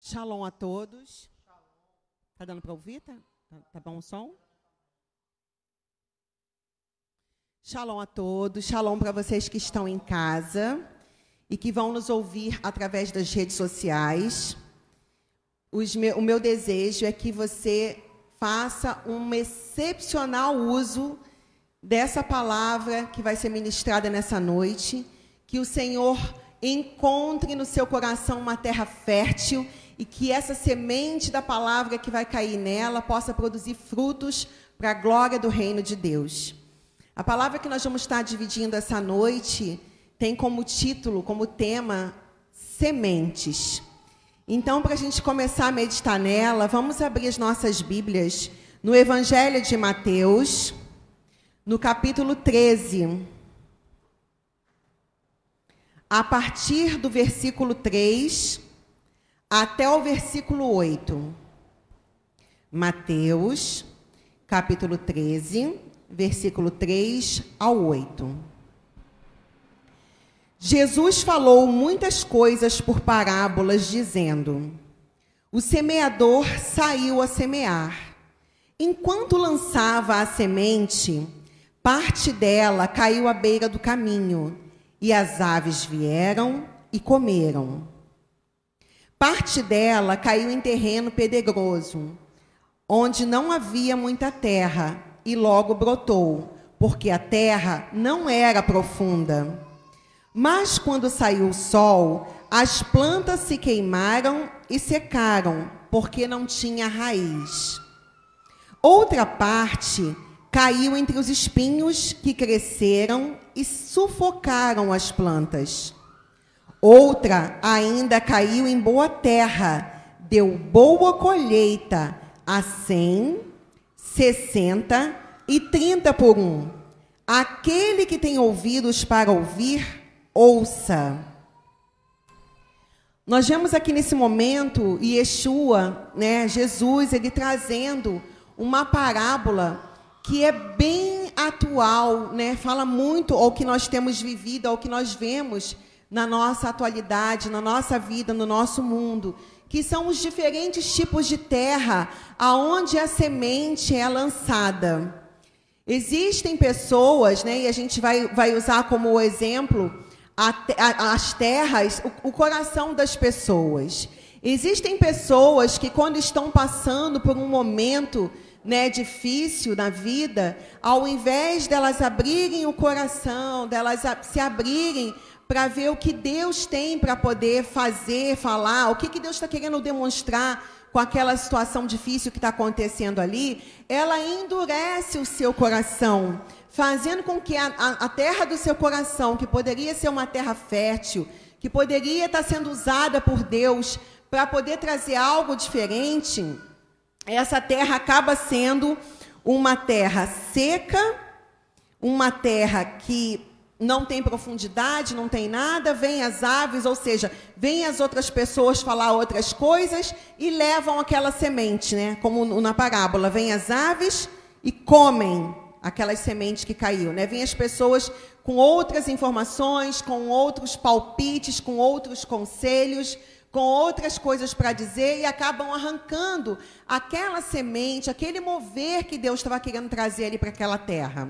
Shalom a todos. Tá dando para ouvir? Tá bom o som? Shalom a todos. Shalom para vocês que estão em casa e que vão nos ouvir através das redes sociais. O meu desejo é que você faça um excepcional uso dessa palavra que vai ser ministrada nessa noite, que o Senhor encontre no seu coração uma terra fértil e que essa semente da palavra que vai cair nela possa produzir frutos para a glória do reino de Deus. A palavra que nós vamos estar dividindo essa noite tem como título, como tema, sementes. Então, para a gente começar a meditar nela, vamos abrir as nossas Bíblias no Evangelho de Mateus, no capítulo 13. A partir do versículo 3 até o versículo 8. Mateus, capítulo 13, versículo 3 ao 8. Jesus falou muitas coisas por parábolas, dizendo: o semeador saiu a semear. Enquanto lançava a semente, parte dela caiu à beira do caminho, e as aves vieram e comeram. Parte dela caiu em terreno pedregoso, onde não havia muita terra, e logo brotou, porque a terra não era profunda. Mas quando saiu o sol, as plantas se queimaram e secaram, porque não tinha raiz. Outra parte caiu entre os espinhos que cresceram e sufocaram as plantas. Outra ainda caiu em boa terra, deu boa colheita, a 100, 60 e 30 por um. Aquele que tem ouvidos para ouvir, ouça. Nós vemos aqui nesse momento Yeshua, Jesus, ele trazendo uma parábola que é bem atual, fala muito ao que nós temos vivido, ao que nós vemos na nossa atualidade, na nossa vida, no nosso mundo, que são os diferentes tipos de terra aonde a semente é lançada. Existem pessoas, e a gente vai usar como exemplo as terras, o coração das pessoas. Existem pessoas que, quando estão passando por um momento difícil na vida, ao invés delas abrirem o coração, delas se abrirem para ver o que Deus tem para poder fazer, falar, o que Deus está querendo demonstrar com aquela situação difícil que está acontecendo ali, ela endurece o seu coração, fazendo com que a terra do seu coração, que poderia ser uma terra fértil, que poderia estar sendo usada por Deus para poder trazer algo diferente, essa terra acaba sendo uma terra seca, uma terra que não tem profundidade, não tem nada, vem as aves, ou seja, vem as outras pessoas falar outras coisas e levam aquela semente, como na parábola, vem as aves e comem aquelas sementes que caiu, Vem as pessoas com outras informações, com outros palpites, com outros conselhos, com outras coisas para dizer e acabam arrancando aquela semente, aquele mover que Deus estava querendo trazer ali para aquela terra.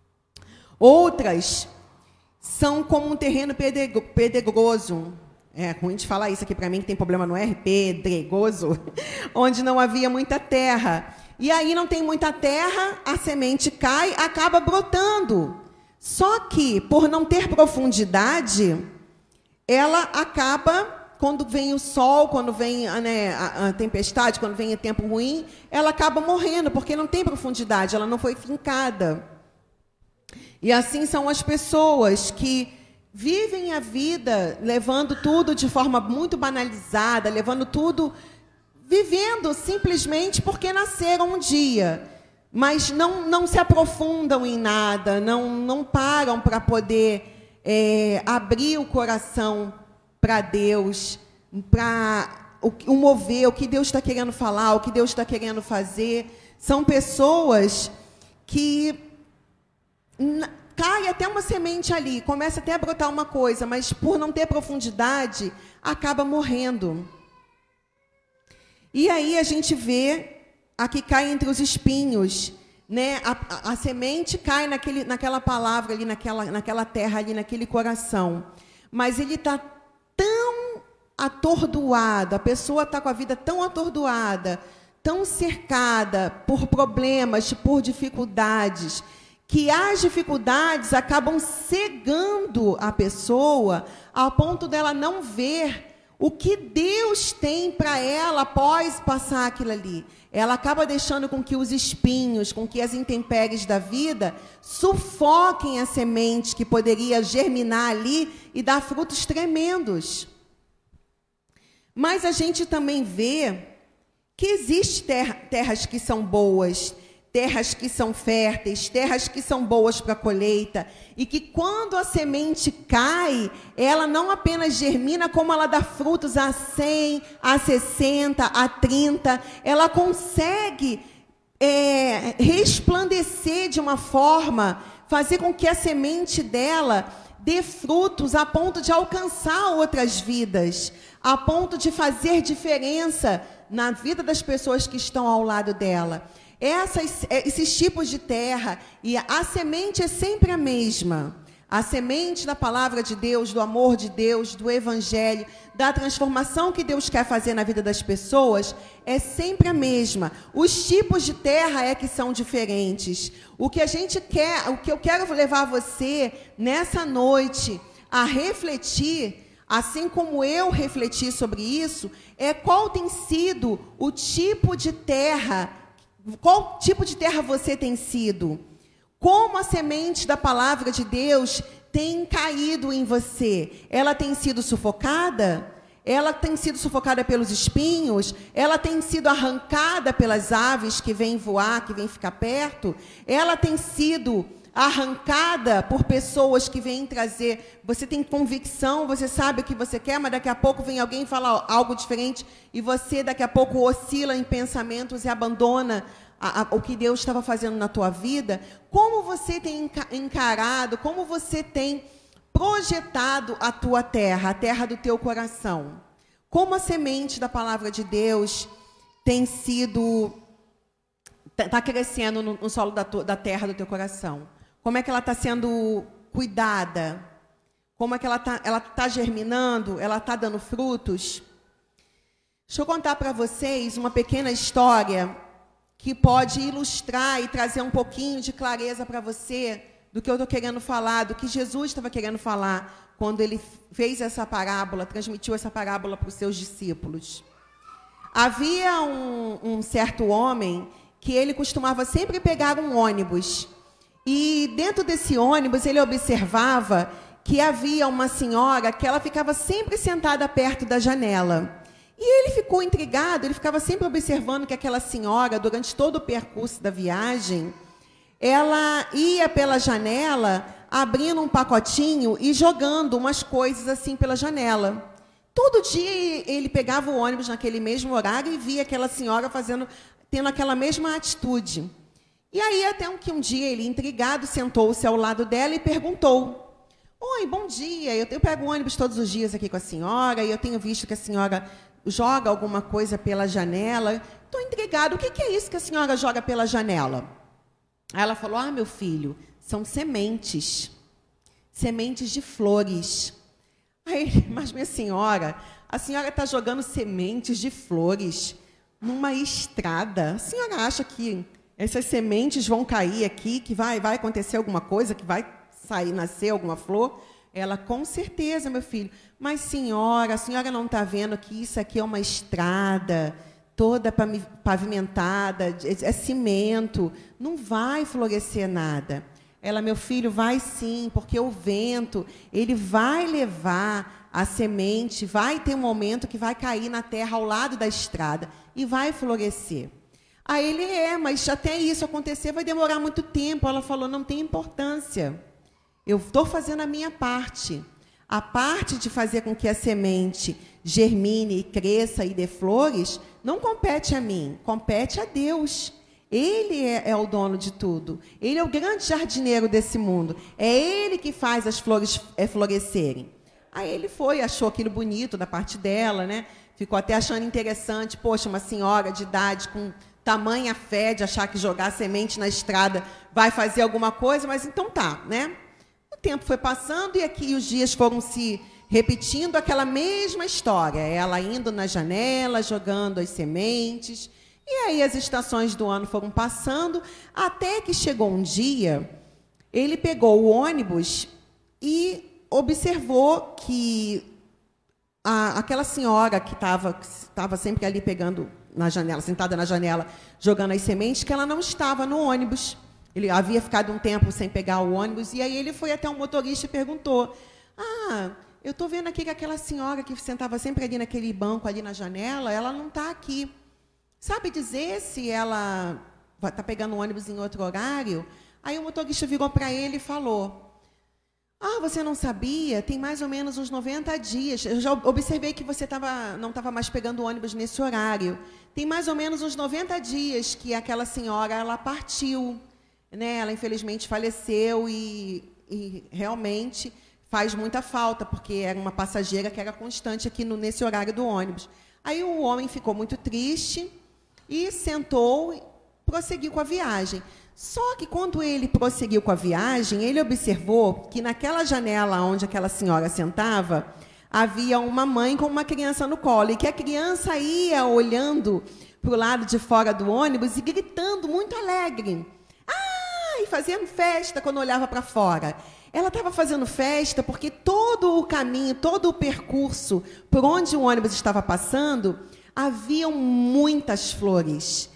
Outras são como um terreno pedregoso. É ruim de falar isso aqui para mim, que tem problema no R, pedregoso, onde não havia muita terra. E aí não tem muita terra, a semente cai, acaba brotando. Só que, por não ter profundidade, ela acaba, quando vem o sol, quando vem a tempestade, quando vem o tempo ruim, ela acaba morrendo, porque não tem profundidade, ela não foi fincada. E assim são as pessoas que vivem a vida levando tudo de forma muito banalizada, levando tudo, vivendo simplesmente porque nasceram um dia, mas não se aprofundam em nada, não param para poder abrir o coração para Deus, para o mover, o que Deus está querendo falar, o que Deus está querendo fazer. São pessoas que cai até uma semente ali, começa até a brotar uma coisa, mas por não ter profundidade, acaba morrendo. E aí a gente vê a que cai entre os espinhos, né? A semente cai naquela palavra ali, naquela terra ali, naquele coração. Mas ele está tão atordoado, a pessoa está com a vida tão atordoada, tão cercada por problemas, por dificuldades, que as dificuldades acabam cegando a pessoa ao ponto dela não ver o que Deus tem para ela após passar aquilo ali. Ela acaba deixando com que os espinhos, com que as intempéries da vida sufoquem a semente que poderia germinar ali e dar frutos tremendos. Mas a gente também vê que existem terras que são boas, terras que são férteis, terras que são boas para a colheita, e que quando a semente cai, ela não apenas germina, como ela dá frutos a 100, a 60, a 30, ela consegue resplandecer de uma forma, fazer com que a semente dela dê frutos a ponto de alcançar outras vidas, a ponto de fazer diferença na vida das pessoas que estão ao lado dela. Esses tipos de terra, e a semente é sempre a mesma. A semente da palavra de Deus, do amor de Deus, do evangelho, da transformação que Deus quer fazer na vida das pessoas, é sempre a mesma. Os tipos de terra é que são diferentes. O que a gente quer, o que eu quero levar você nessa noite a refletir, assim como eu refleti sobre isso, é qual tem sido o tipo de terra. Qual tipo de terra você tem sido? Como a semente da palavra de Deus tem caído em você? Ela tem sido sufocada? Ela tem sido sufocada pelos espinhos? Ela tem sido arrancada pelas aves que vêm voar, que vêm ficar perto? Ela tem sido arrancada por pessoas que vêm trazer, você tem convicção, você sabe o que você quer, mas daqui a pouco vem alguém e fala algo diferente, e você daqui a pouco oscila em pensamentos e abandona o que Deus estava fazendo na tua vida. Como você tem encarado, como você tem projetado a tua terra, a terra do teu coração? Como a semente da palavra de Deus tem sido, está crescendo no solo da terra do teu coração? Como é que ela está sendo cuidada? Como é que ela tá germinando? Ela está dando frutos? Deixa eu contar para vocês uma pequena história que pode ilustrar e trazer um pouquinho de clareza para você do que eu estou querendo falar, do que Jesus estava querendo falar quando ele fez essa parábola, transmitiu essa parábola para os seus discípulos. Havia um certo homem que ele costumava sempre pegar um ônibus. E dentro desse ônibus ele observava que havia uma senhora que ela ficava sempre sentada perto da janela. E ele ficou intrigado, ele ficava sempre observando que aquela senhora, durante todo o percurso da viagem, ela ia pela janela, abrindo um pacotinho e jogando umas coisas assim pela janela. Todo dia ele pegava o ônibus naquele mesmo horário e via aquela senhora tendo aquela mesma atitude. E aí, até que um dia, ele, intrigado, sentou-se ao lado dela e perguntou: oi, bom dia, eu pego o ônibus todos os dias aqui com a senhora, e eu tenho visto que a senhora joga alguma coisa pela janela. Estou intrigado, o que é isso que a senhora joga pela janela? Aí ela falou: ah, meu filho, são sementes de flores. Aí, mas minha senhora, a senhora está jogando sementes de flores numa estrada. A senhora acha que essas sementes vão cair aqui, que vai acontecer alguma coisa, que vai nascer alguma flor? Ela: com certeza, meu filho. Mas, senhora, a senhora não está vendo que isso aqui é uma estrada toda pavimentada, é cimento, não vai florescer nada. Ela: meu filho, vai sim, porque o vento, ele vai levar a semente, vai ter um momento que vai cair na terra ao lado da estrada e vai florescer. Aí ele: mas até isso acontecer vai demorar muito tempo. Ela falou: não tem importância. Eu estou fazendo a minha parte. A parte de fazer com que a semente germine, cresça e dê flores, não compete a mim, compete a Deus. Ele é o dono de tudo. Ele é o grande jardineiro desse mundo. É Ele que faz as flores florescerem. Aí ele achou aquilo bonito da parte dela, né? Ficou até achando interessante, poxa, uma senhora de idade com tamanha fé de achar que jogar semente na estrada vai fazer alguma coisa, mas então tá, né? O tempo foi passando e aqui os dias foram se repetindo, aquela mesma história. Ela indo na janela, jogando as sementes. E aí as estações do ano foram passando, até que chegou um dia, ele pegou o ônibus e observou que aquela senhora que estava sempre ali pegando na janela, sentada na janela, jogando as sementes, que ela não estava no ônibus. Ele havia ficado um tempo sem pegar o ônibus, e aí ele foi até um motorista e perguntou: eu estou vendo aqui que aquela senhora que sentava sempre ali naquele banco, ali na janela, ela não está aqui. Sabe dizer se ela está pegando o ônibus em outro horário? Aí o motorista virou para ele e falou: você não sabia? Tem mais ou menos uns 90 dias. Eu já observei que você não estava mais pegando o ônibus nesse horário. Tem mais ou menos uns 90 dias que aquela senhora ela partiu. Né? Ela, infelizmente, faleceu e realmente faz muita falta, porque era uma passageira que era constante aqui nesse horário do ônibus. Aí o homem ficou muito triste e sentou e prosseguiu com a viagem. Só que quando ele prosseguiu com a viagem, ele observou que naquela janela onde aquela senhora sentava, havia uma mãe com uma criança no colo, e que a criança ia olhando para o lado de fora do ônibus e gritando muito alegre. E fazendo festa quando olhava para fora. Ela estava fazendo festa porque todo o caminho, todo o percurso por onde o ônibus estava passando, haviam muitas flores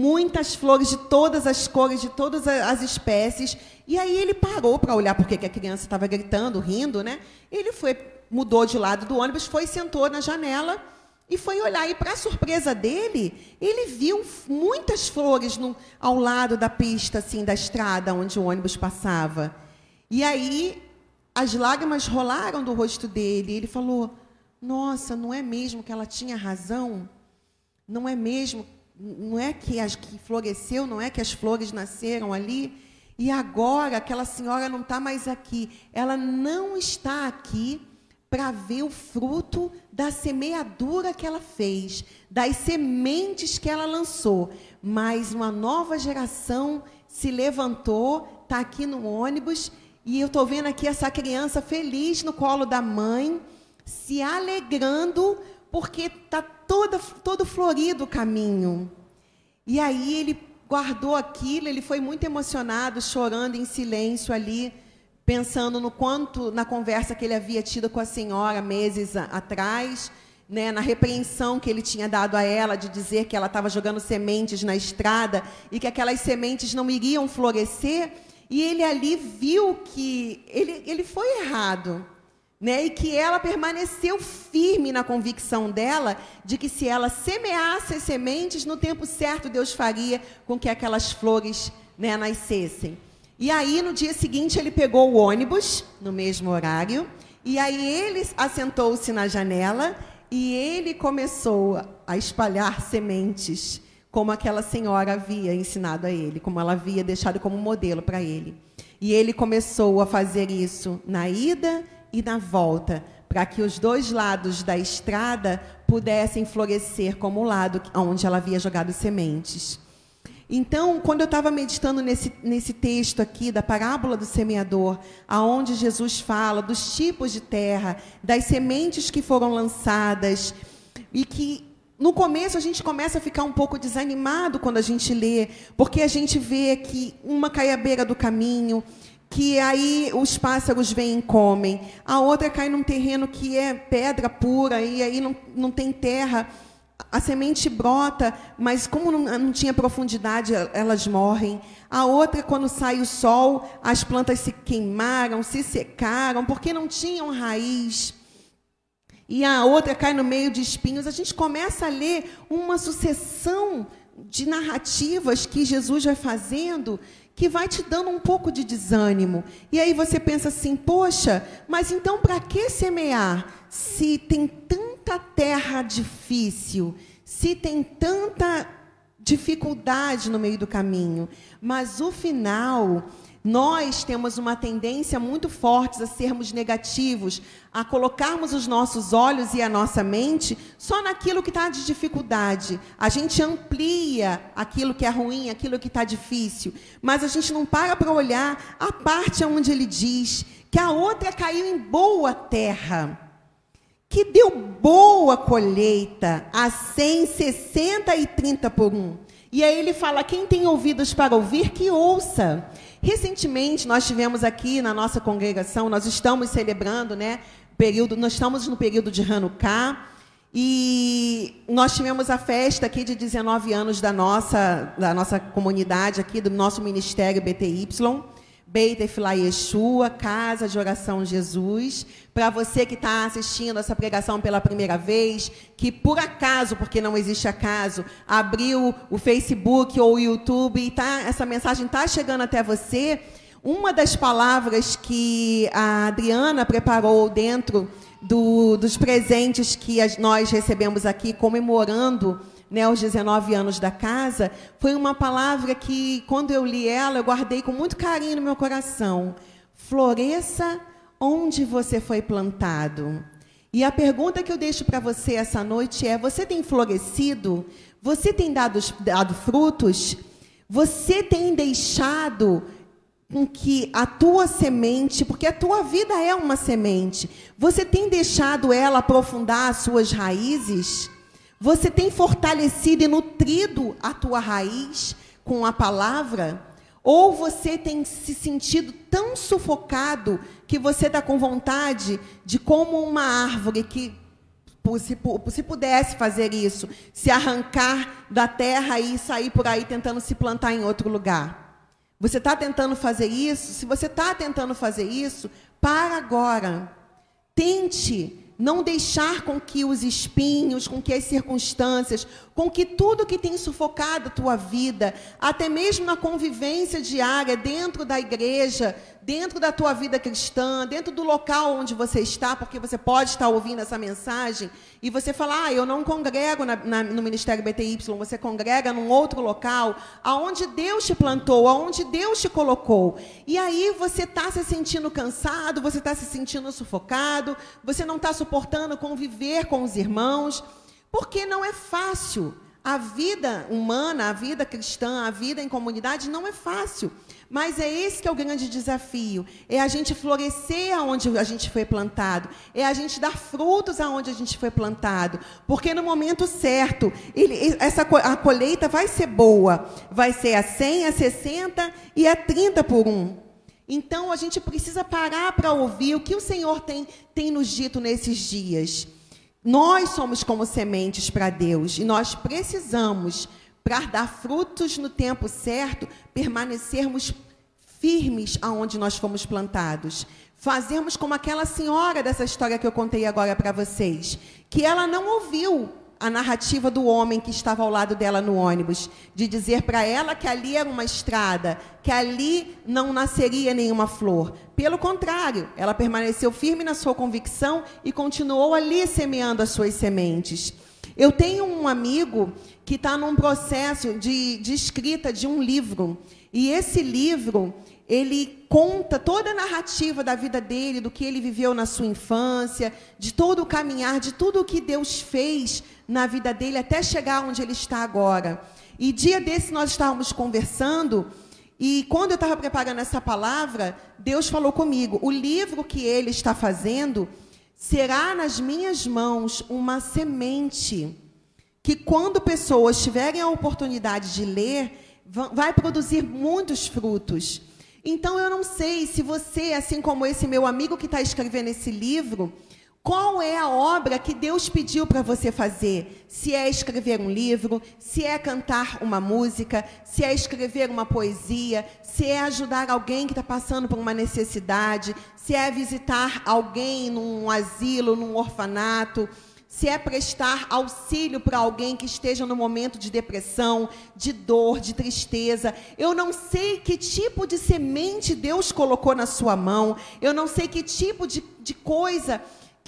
de todas as cores, de todas as espécies. E aí ele parou para olhar porque a criança estava gritando, rindo, né? Ele mudou de lado do ônibus, sentou na janela e foi olhar. E, para a surpresa dele, ele viu muitas flores ao lado da pista, assim, da estrada onde o ônibus passava. E aí as lágrimas rolaram do rosto dele. Ele falou: nossa, não é mesmo que ela tinha razão? Não é mesmo? Não é que floresceu? Não é que as flores nasceram ali? E agora aquela senhora não está mais aqui. Ela não está aqui para ver o fruto da semeadura que ela fez, das sementes que ela lançou. Mas uma nova geração se levantou, está aqui no ônibus, e eu estou vendo aqui essa criança feliz no colo da mãe, se alegrando, porque está todo florido o caminho. E aí ele guardou aquilo, ele foi muito emocionado, chorando em silêncio ali, pensando na conversa que ele havia tido com a senhora meses atrás, né, na repreensão que ele tinha dado a ela, de dizer que ela estava jogando sementes na estrada e que aquelas sementes não iriam florescer. E ele ali viu que ele foi errado, né, e que ela permaneceu firme na convicção dela de que, se ela semeasse as sementes, no tempo certo Deus faria com que aquelas flores, né, nascessem. E aí, no dia seguinte, ele pegou o ônibus, no mesmo horário, e aí ele assentou-se na janela e ele começou a espalhar sementes, como aquela senhora havia ensinado a ele, como ela havia deixado como modelo para ele. E ele começou a fazer isso na ida e na volta, para que os dois lados da estrada pudessem florescer como o lado onde ela havia jogado sementes. Então, quando eu estava meditando nesse texto aqui da parábola do semeador, aonde Jesus fala dos tipos de terra, das sementes que foram lançadas, e que no começo a gente começa a ficar um pouco desanimado quando a gente lê, porque a gente vê que uma cai à beira do caminho, que aí os pássaros vêm e comem, a outra cai num terreno que é pedra pura, e aí não tem terra. A semente brota, mas como não tinha profundidade, elas morrem. A outra, quando sai o sol, as plantas se queimaram, se secaram, porque não tinham raiz. E a outra cai no meio de espinhos. A gente começa a ler uma sucessão de narrativas que Jesus vai fazendo, que vai te dando um pouco de desânimo. E aí você pensa assim: poxa, mas então para que semear, se tem tanta terra difícil, se tem tanta dificuldade no meio do caminho? Mas o final Nós temos uma tendência muito forte a sermos negativos, a colocarmos os nossos olhos e a nossa mente só naquilo que está de dificuldade. A gente amplia aquilo que é ruim, aquilo que está difícil, mas a gente não para olhar a parte onde ele diz que a outra caiu em boa terra, que deu boa colheita, a 100, 60 e 30 por um. E aí ele fala, quem tem ouvidos para ouvir, que ouça. Recentemente, nós tivemos aqui na nossa congregação, nós estamos celebrando, né, nós estamos no período de Hanukkah, e nós tivemos a festa aqui de 19 anos da nossa comunidade, aqui do nosso ministério BTY, Beit Efilá Yeshua, Casa de Oração Jesus. Para você que está assistindo essa pregação pela primeira vez, que por acaso, porque não existe acaso, abriu o Facebook ou o YouTube e essa mensagem está chegando até você, uma das palavras que a Adriana preparou dentro dos presentes que nós recebemos aqui, comemorando, né, os 19 anos da casa, foi uma palavra que, quando eu li ela, eu guardei com muito carinho no meu coração. Floresça onde você foi plantado. E a pergunta que eu deixo para você essa noite é, você tem florescido? Você tem dado frutos? Você tem deixado com que a tua semente, porque a tua vida é uma semente, você tem deixado ela aprofundar as suas raízes? Você tem fortalecido e nutrido a tua raiz com a palavra? Ou você tem se sentido tão sufocado que você está com vontade de, como uma árvore que, se pudesse fazer isso, se arrancar da terra e sair por aí tentando se plantar em outro lugar? Você está tentando fazer isso? Se você está tentando fazer isso, para agora. Tente não deixar com que os espinhos, com que as circunstâncias, com que tudo que tem sufocado a tua vida, até mesmo na convivência diária, dentro da igreja, dentro da tua vida cristã, dentro do local onde você está, porque você pode estar ouvindo essa mensagem, e você fala, eu não congrego no Ministério BTY, você congrega num outro local, aonde Deus te plantou, aonde Deus te colocou. E aí você está se sentindo cansado, você está se sentindo sufocado, você não está suportando conviver com os irmãos, porque não é fácil. A vida humana, a vida cristã, a vida em comunidade não é fácil. Mas é esse que é o grande desafio. É a gente florescer aonde a gente foi plantado. É a gente dar frutos aonde a gente foi plantado. Porque no momento certo, a colheita vai ser boa. Vai ser a 100, a 60 e a 30 por um. Então, a gente precisa parar para ouvir o que o Senhor tem nos dito nesses dias. Nós somos como sementes para Deus. E nós precisamos, para dar frutos no tempo certo, permanecermos firmes aonde nós fomos plantados. Fazermos como aquela senhora dessa história que eu contei agora para vocês, que ela não ouviu a narrativa do homem que estava ao lado dela no ônibus, de dizer para ela que ali era uma estrada, que ali não nasceria nenhuma flor. Pelo contrário, ela permaneceu firme na sua convicção e continuou ali semeando as suas sementes. Eu tenho um amigo que está num processo de escrita de um livro, e esse livro, ele conta toda a narrativa da vida dele, do que ele viveu na sua infância, de todo o caminhar, de tudo o que Deus fez na vida dele, até chegar onde ele está agora. E dia desse nós estávamos conversando, e quando eu estava preparando essa palavra, Deus falou comigo, o livro que ele está fazendo será nas minhas mãos uma semente, que quando pessoas tiverem a oportunidade de ler, vai produzir muitos frutos. Então, eu não sei se você, assim como esse meu amigo que está escrevendo esse livro, qual é a obra que Deus pediu para você fazer? Se é escrever um livro, se é cantar uma música, se é escrever uma poesia, se é ajudar alguém que está passando por uma necessidade, se é visitar alguém num asilo, num orfanato, se é prestar auxílio para alguém que esteja no momento de depressão, de dor, de tristeza. Eu não sei que tipo de semente Deus colocou na sua mão, eu não sei que tipo de coisa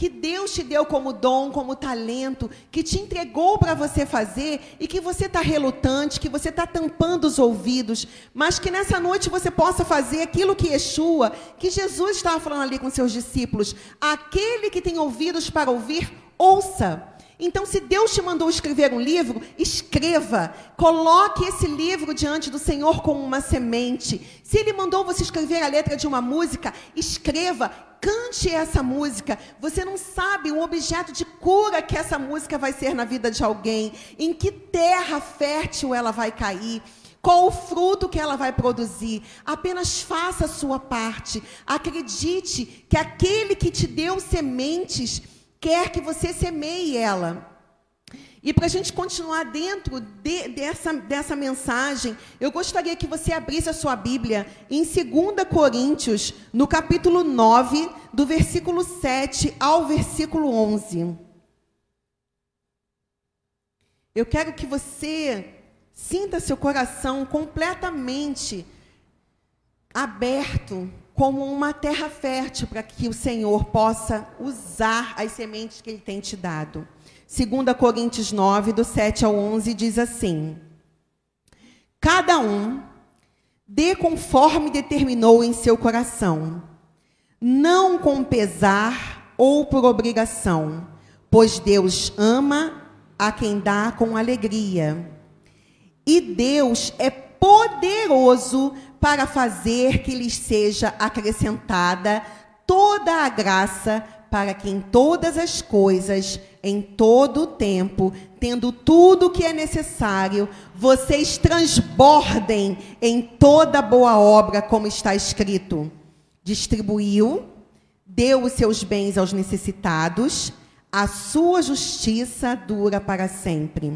que Deus te deu como dom, como talento, que te entregou para você fazer e que você está relutante, que você está tampando os ouvidos, mas que nessa noite você possa fazer aquilo que Yeshua, que Jesus estava falando ali com seus discípulos, aquele que tem ouvidos para ouvir, ouça. Então, se Deus te mandou escrever um livro, escreva. Coloque esse livro diante do Senhor como uma semente. Se Ele mandou você escrever a letra de uma música, escreva. Cante essa música. Você não sabe o objeto de cura que essa música vai ser na vida de alguém. Em que terra fértil ela vai cair. Qual o fruto que ela vai produzir? Apenas faça a sua parte. Acredite que aquele que te deu sementes quer que você semeie ela. E para a gente continuar dentro dessa mensagem, eu gostaria que você abrisse a sua Bíblia em 2 Coríntios, no capítulo 9, do versículo 7 ao versículo 11. Eu quero que você sinta seu coração completamente aberto, como uma terra fértil para que o Senhor possa usar as sementes que Ele tem te dado. 2 Coríntios 9, do 7 ao 11, diz assim: cada um dê conforme determinou em seu coração, não com pesar ou por obrigação, pois Deus ama a quem dá com alegria. E Deus é poderoso para fazer que lhes seja acrescentada toda a graça, para que em todas as coisas, em todo o tempo, tendo tudo o que é necessário, vocês transbordem em toda boa obra, como está escrito. Distribuiu, deu os seus bens aos necessitados, a sua justiça dura para sempre.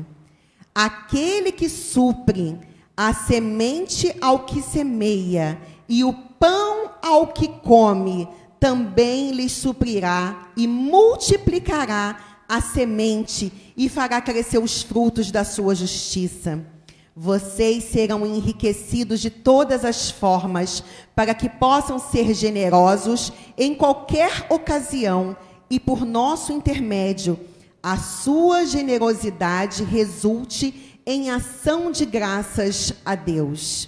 Aquele que supre a semente ao que semeia e o pão ao que come, também lhes suprirá e multiplicará a semente e fará crescer os frutos da sua justiça. Vocês serão enriquecidos de todas as formas, para que possam ser generosos em qualquer ocasião, e por nosso intermédio, a sua generosidade resulte em ação de graças a Deus.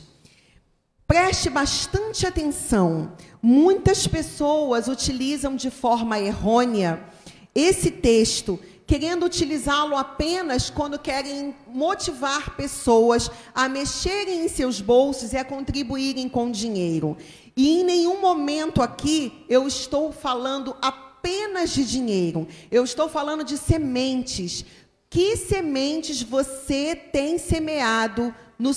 Preste bastante atenção. Muitas pessoas utilizam de forma errônea esse texto, querendo utilizá-lo apenas quando querem motivar pessoas a mexerem em seus bolsos e a contribuírem com dinheiro. E em nenhum momento aqui eu estou falando apenas de dinheiro. Eu estou falando de sementes. Que sementes você tem semeado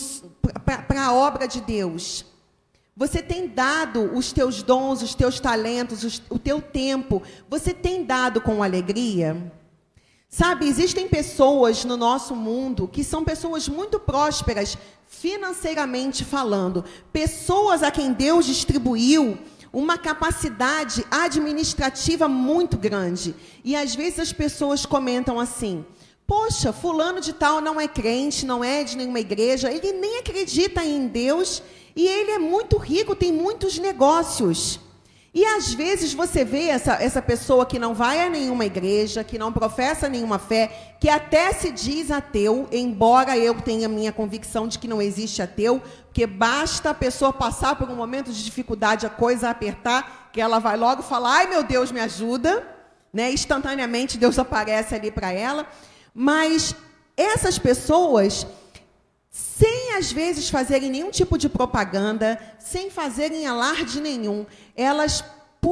para a obra de Deus? Você tem dado os teus dons, os teus talentos, o teu tempo, você tem dado com alegria? Sabe, existem pessoas no nosso mundo que são pessoas muito prósperas, financeiramente falando. Pessoas a quem Deus distribuiu uma capacidade administrativa muito grande. E às vezes as pessoas comentam assim: poxa, fulano de tal não é crente, não é de nenhuma igreja, ele nem acredita em Deus e ele é muito rico, tem muitos negócios. E às vezes você vê essa pessoa que não vai a nenhuma igreja, que não professa nenhuma fé, que até se diz ateu, embora eu tenha minha convicção de que não existe ateu, porque basta a pessoa passar por um momento de dificuldade, a coisa apertar, que ela vai logo falar: ai meu Deus, me ajuda, né? Instantaneamente Deus aparece ali para ela. Mas essas pessoas, sem às vezes fazerem nenhum tipo de propaganda, sem fazerem alarde nenhum, elas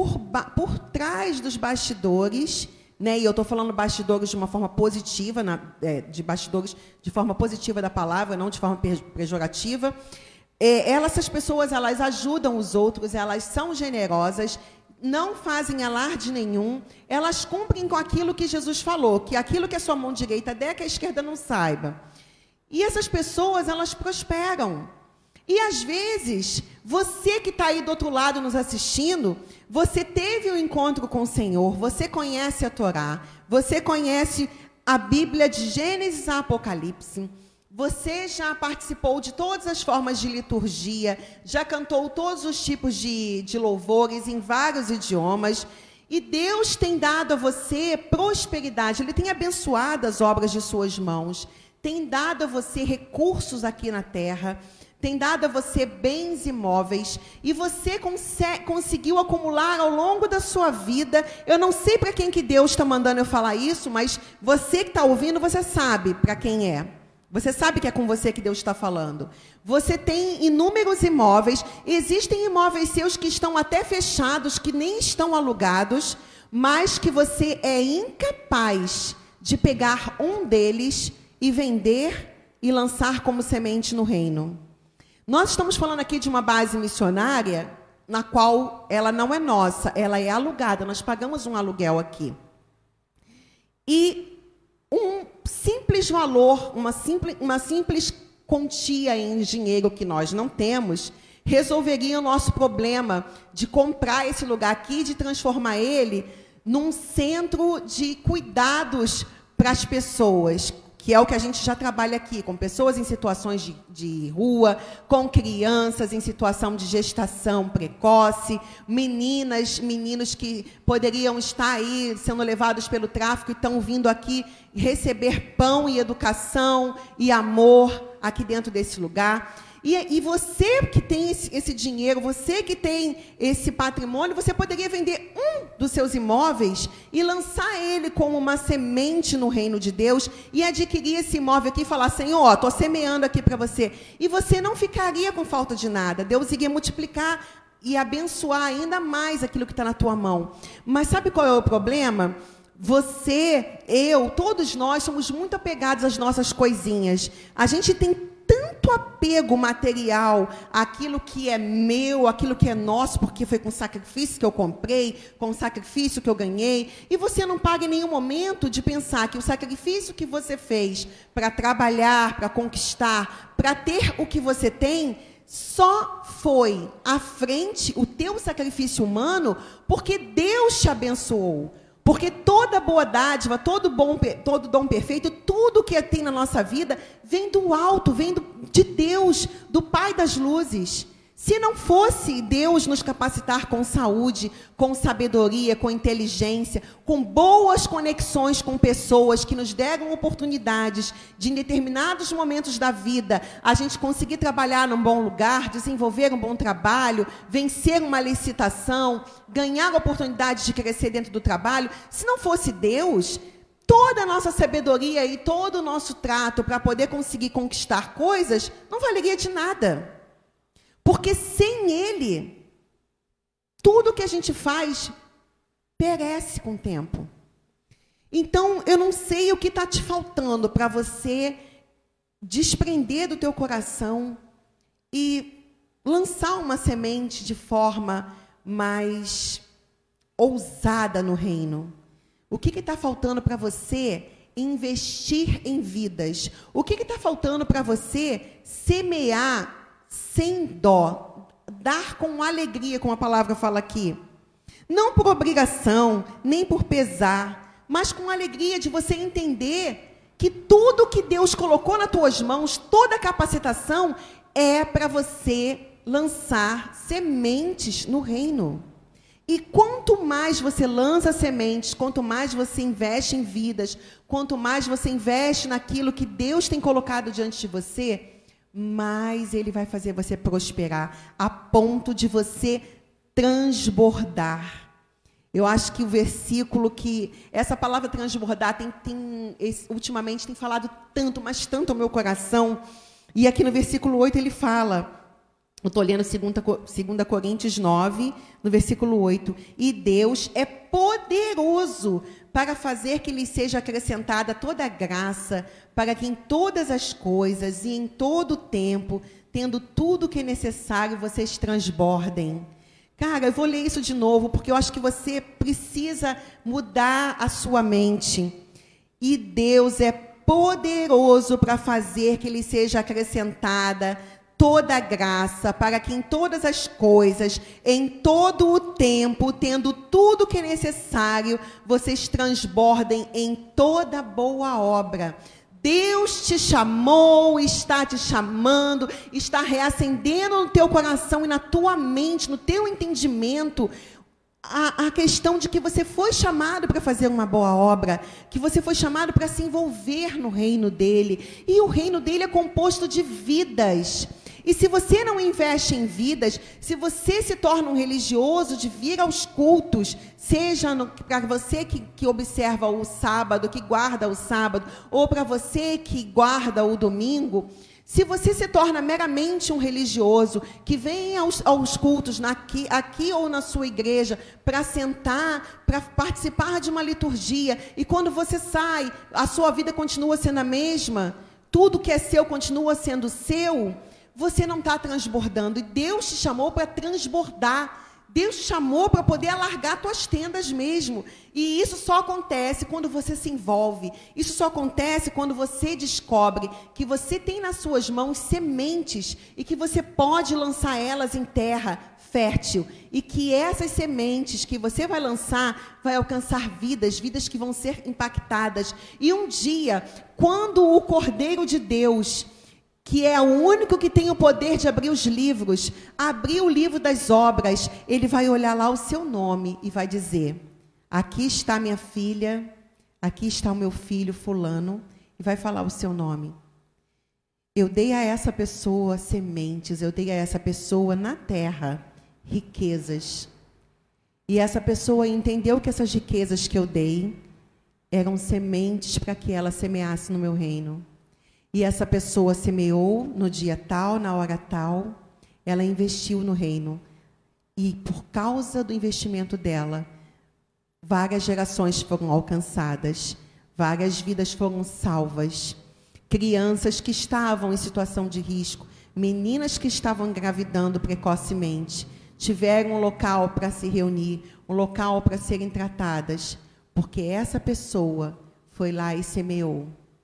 por trás dos bastidores, né, e eu estou falando bastidores de uma forma positiva, de bastidores de forma positiva da palavra, não de forma pejorativa, essas pessoas, elas ajudam os outros, elas são generosas, não fazem alarde nenhum, elas cumprem com aquilo que Jesus falou, que aquilo que a sua mão direita der, que a esquerda não saiba. E essas pessoas, elas prosperam. E às vezes, você que está aí do outro lado nos assistindo, você teve um encontro com o Senhor, você conhece a Torá, você conhece a Bíblia de Gênesis a Apocalipse, você já participou de todas as formas de liturgia, já cantou todos os tipos de louvores em vários idiomas, E Deus tem dado a você prosperidade. Ele tem abençoado as obras de suas mãos. Tem dado a você recursos aqui na terra. Tem dado a você bens imóveis, e você conseguiu acumular ao longo da sua vida. Eu não sei para quem que Deus está mandando eu falar isso, mas você que está ouvindo, você sabe para quem é. Você sabe que é com você que Deus está falando. Você tem inúmeros imóveis, existem imóveis seus que estão até fechados, que nem estão alugados, mas que você é incapaz de pegar um deles e vender e lançar como semente no reino. Nós estamos falando aqui de uma base missionária, na qual ela não é nossa, ela é alugada, nós pagamos um aluguel aqui. E um simples valor, uma simples quantia em dinheiro que nós não temos, resolveria o nosso problema de comprar esse lugar aqui, de transformar ele num centro de cuidados para as pessoas, que é o que a gente já trabalha aqui, com pessoas em situações de rua, com crianças em situação de gestação precoce, meninos que poderiam estar aí sendo levados pelo tráfico e estão vindo aqui receber pão e educação e amor aqui dentro desse lugar. E você que tem esse dinheiro, você que tem esse patrimônio, você poderia vender um dos seus imóveis e lançar ele como uma semente no reino de Deus e adquirir esse imóvel aqui e falar, Senhor, estou semeando aqui para você. E você não ficaria com falta de nada. Deus iria multiplicar e abençoar ainda mais aquilo que está na tua mão. Mas sabe qual é o problema? Você, eu, todos nós somos muito apegados às nossas coisinhas. A gente tem tanto apego material àquilo que é meu, aquilo que é nosso, porque foi com sacrifício que eu comprei, com sacrifício que eu ganhei, e você não paga em nenhum momento de pensar que o sacrifício que você fez para trabalhar, para conquistar, para ter o que você tem, só foi à frente o teu sacrifício humano porque Deus te abençoou. Porque toda boa dádiva, todo dom perfeito, tudo que tem na nossa vida, vem do alto, vem de Deus, do Pai das luzes. Se não fosse Deus nos capacitar com saúde, com sabedoria, com inteligência, com boas conexões com pessoas que nos deram oportunidades de, em determinados momentos da vida, a gente conseguir trabalhar num bom lugar, desenvolver um bom trabalho, vencer uma licitação, ganhar a oportunidade de crescer dentro do trabalho, se não fosse Deus, toda a nossa sabedoria e todo o nosso trato para poder conseguir conquistar coisas não valeria de nada. Porque sem Ele, tudo que a gente faz perece com o tempo. Então, eu não sei o que está te faltando para você desprender do teu coração e lançar uma semente de forma mais ousada no reino. O que está faltando para você investir em vidas? O que está faltando para você semear sem dó, dar com alegria, como a palavra fala aqui. Não por obrigação, nem por pesar, mas com alegria de você entender que tudo que Deus colocou nas tuas mãos, toda a capacitação, é para você lançar sementes no reino. E quanto mais você lança sementes, quanto mais você investe em vidas, quanto mais você investe naquilo que Deus tem colocado diante de você, mais Ele vai fazer você prosperar, a ponto de você transbordar. Eu acho que o versículo que... Essa palavra transbordar ultimamente tem falado tanto, mas tanto ao meu coração. E aqui no versículo 8 ele fala... Eu estou lendo 2 Coríntios 9, no versículo 8. E Deus é poderoso para fazer que lhe seja acrescentada toda a graça, para que em todas as coisas e em todo o tempo, tendo tudo o que é necessário, vocês transbordem. Cara, eu vou ler isso de novo, porque eu acho que você precisa mudar a sua mente. E Deus é poderoso para fazer que lhe seja acrescentada toda a graça, para que em todas as coisas, em todo o tempo, tendo tudo que é necessário, vocês transbordem em toda boa obra. Deus te chamou, está te chamando, está reacendendo no teu coração e na tua mente, no teu entendimento, a questão de que você foi chamado para fazer uma boa obra, que você foi chamado para se envolver no reino dele. E o reino dele é composto de vidas. E se você não investe em vidas, se você se torna um religioso de vir aos cultos, seja para você que observa o sábado, que guarda o sábado, ou para você que guarda o domingo, se você se torna meramente um religioso, que vem aos cultos aqui ou na sua igreja, para sentar, para participar de uma liturgia, e quando você sai, a sua vida continua sendo a mesma, tudo que é seu continua sendo seu, você não está transbordando. E Deus te chamou para transbordar. Deus te chamou para poder alargar tuas tendas mesmo. E isso só acontece quando você se envolve. Isso só acontece quando você descobre que você tem nas suas mãos sementes e que você pode lançar elas em terra fértil. E que essas sementes que você vai lançar vai alcançar vidas que vão ser impactadas. E um dia, quando o Cordeiro de Deus, que é o único que tem o poder de abrir os livros, abrir o livro das obras, ele vai olhar lá o seu nome e vai dizer: aqui está minha filha, aqui está o meu filho fulano, e vai falar o seu nome. Eu dei a essa pessoa sementes, eu dei a essa pessoa na terra riquezas. E essa pessoa entendeu que essas riquezas que eu dei eram sementes para que ela semeasse no meu reino. E essa pessoa semeou no dia tal, na hora tal, ela investiu no reino. E por causa do investimento dela, várias gerações foram alcançadas, várias vidas foram salvas. Crianças que estavam em situação de risco, meninas que estavam engravidando precocemente, tiveram um local para se reunir, um local para serem tratadas, porque essa pessoa foi lá e semeou.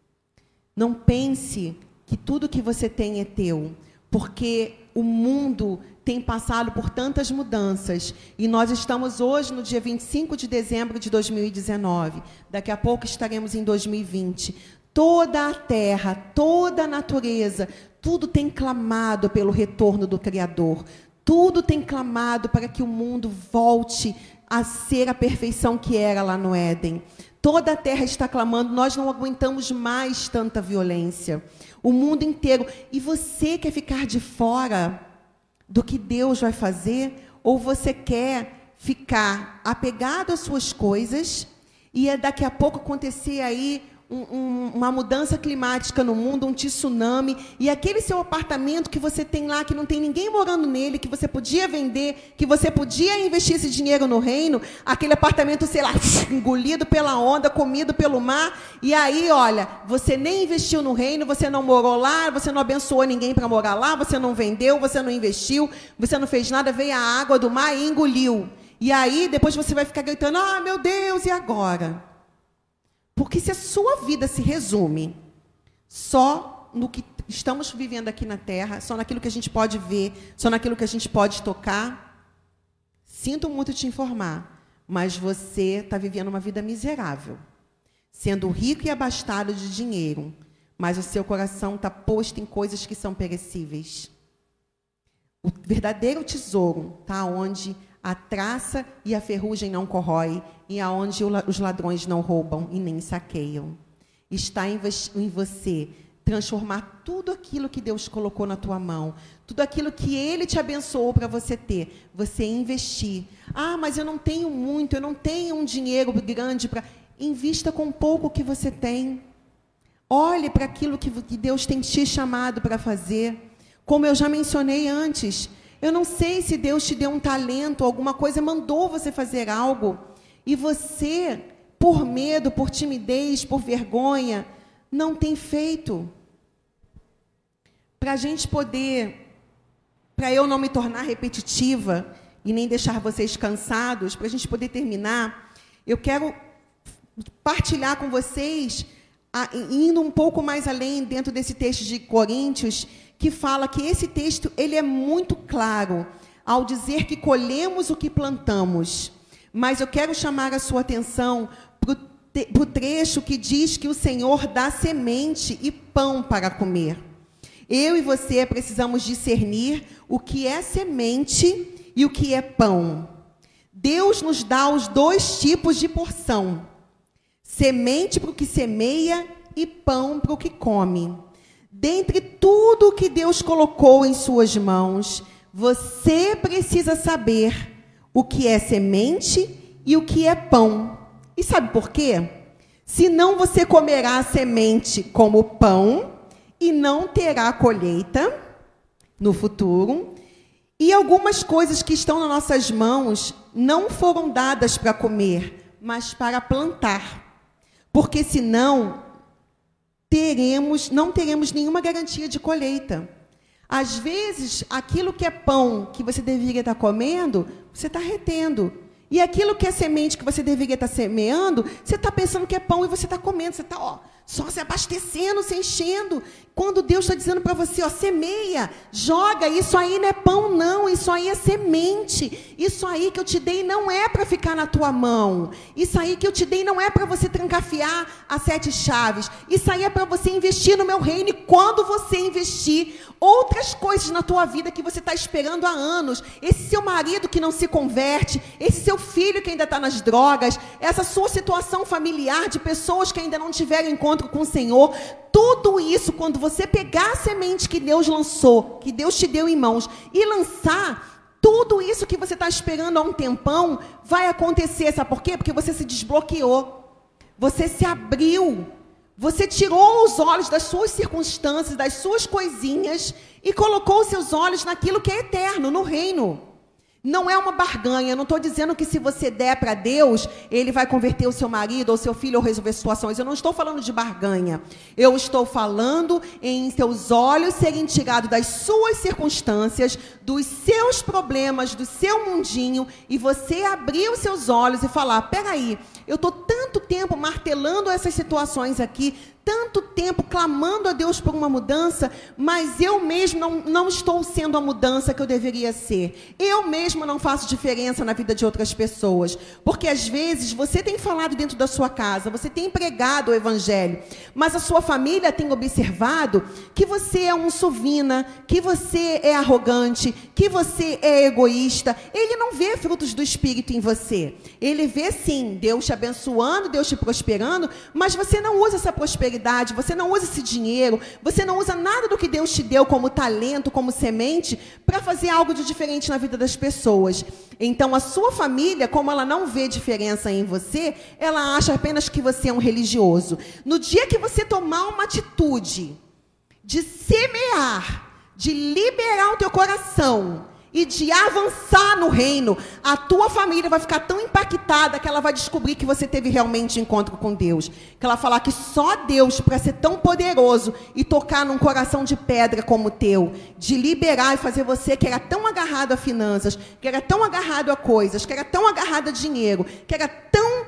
Não pense que tudo que você tem é teu, porque o mundo tem passado por tantas mudanças, e nós estamos hoje no dia 25 de dezembro de 2019, daqui a pouco estaremos em 2020. Toda a terra, toda a natureza, tudo tem clamado pelo retorno do Criador, tudo tem clamado para que o mundo volte a ser a perfeição que era lá no Éden. Toda a terra está clamando, nós não aguentamos mais tanta violência. O mundo inteiro. E você quer ficar de fora do que Deus vai fazer? Ou você quer ficar apegado às suas coisas e daqui a pouco acontecer aí uma mudança climática no mundo, um tsunami, e aquele seu apartamento que você tem lá, que não tem ninguém morando nele, que você podia vender, que você podia investir esse dinheiro no reino, aquele apartamento, sei lá, engolido pela onda, comido pelo mar, e aí, olha, você nem investiu no reino, você não morou lá, você não abençoou ninguém para morar lá, você não vendeu, você não investiu, você não fez nada, veio a água do mar e engoliu. E aí, depois você vai ficar gritando: ah, meu Deus, e agora? Porque se a sua vida se resume só no que estamos vivendo aqui na Terra, só naquilo que a gente pode ver, só naquilo que a gente pode tocar, sinto muito te informar, mas você está vivendo uma vida miserável, sendo rico e abastado de dinheiro, mas o seu coração está posto em coisas que são perecíveis. O verdadeiro tesouro está onde a traça e a ferrugem não corrói, e aonde os ladrões não roubam e nem saqueiam. Está em você transformar tudo aquilo que Deus colocou na tua mão, tudo aquilo que Ele te abençoou para você ter, você investir. Ah, mas eu não tenho muito, eu não tenho um dinheiro grande para... Invista com pouco que você tem. Olhe para aquilo que Deus tem te chamado para fazer. Como eu já mencionei antes, eu não sei se Deus te deu um talento, alguma coisa, mandou você fazer algo, e você, por medo, por timidez, por vergonha, não tem feito. Para a gente poder, para eu não me tornar repetitiva e nem deixar vocês cansados, para a gente poder terminar, eu quero partilhar com vocês, indo um pouco mais além dentro desse texto de Coríntios, que fala que esse texto ele é muito claro ao dizer que colhemos o que plantamos. Mas eu quero chamar a sua atenção para o trecho que diz que o Senhor dá semente e pão para comer. Eu e você precisamos discernir o que é semente e o que é pão. Deus nos dá os dois tipos de porção: semente para o que semeia e pão para o que come. Dentre tudo que Deus colocou em suas mãos, você precisa saber o que é semente e o que é pão. E sabe por quê? Senão você comerá a semente como pão e não terá colheita no futuro. E algumas coisas que estão nas nossas mãos não foram dadas para comer, mas para plantar. Porque senão não teremos nenhuma garantia de colheita. Às vezes, aquilo que é pão que você deveria estar comendo, você está retendo. E aquilo que é semente que você deveria estar semeando, você está pensando que é pão e você está comendo. Você está só se abastecendo, se enchendo. Quando Deus está dizendo para você, semeia, joga, isso aí não é pão não, isso aí é semente. Isso aí que eu te dei não é para ficar na tua mão. Isso aí que eu te dei não é para você trancafiar as 7 chaves. Isso aí é para você investir no meu reino. E quando você investir, outras coisas na tua vida que você está esperando há anos, esse seu marido que não se converte, esse seu filho que ainda está nas drogas, essa sua situação familiar de pessoas que ainda não tiveram encontro com o Senhor, tudo isso, quando você pegar a semente que Deus lançou, que Deus te deu em mãos, e lançar, tudo isso que você está esperando há um tempão, vai acontecer. Sabe por quê? Porque você se desbloqueou, você se abriu, você tirou os olhos das suas circunstâncias, das suas coisinhas, e colocou os seus olhos naquilo que é eterno, no reino. Não é uma barganha. Eu não estou dizendo que se você der para Deus, Ele vai converter o seu marido ou seu filho ou resolver situações. Eu não estou falando de barganha. Eu estou falando em seus olhos serem tirados das suas circunstâncias, dos seus problemas, do seu mundinho, e você abrir os seus olhos e falar, peraí, eu estou tanto tempo martelando essas situações aqui, tanto tempo clamando a Deus por uma mudança, mas eu mesmo não estou sendo a mudança que eu deveria ser. Eu mesmo não faço diferença na vida de outras pessoas. Porque às vezes você tem falado dentro da sua casa, você tem pregado o evangelho, mas a sua família tem observado que você é um sovina, que você é arrogante, que você é egoísta. Ele não vê frutos do Espírito em você. Ele vê sim, Deus te abençoando, Deus te prosperando, mas você não usa essa prosperidade, você não usa esse dinheiro, você não usa nada do que Deus te deu como talento, como semente, para fazer algo de diferente na vida das pessoas. Então, a sua família, como ela não vê diferença em você, ela acha apenas que você é um religioso. No dia que você tomar uma atitude de semear, de liberar o teu coração e de avançar no reino, a tua família vai ficar tão impactada que ela vai descobrir que você teve realmente encontro com Deus. Que ela falar que só Deus, para ser tão poderoso e tocar num coração de pedra como o teu, de liberar e fazer você que era tão agarrado a finanças, que era tão agarrado a coisas, que era tão agarrado a dinheiro, que era tão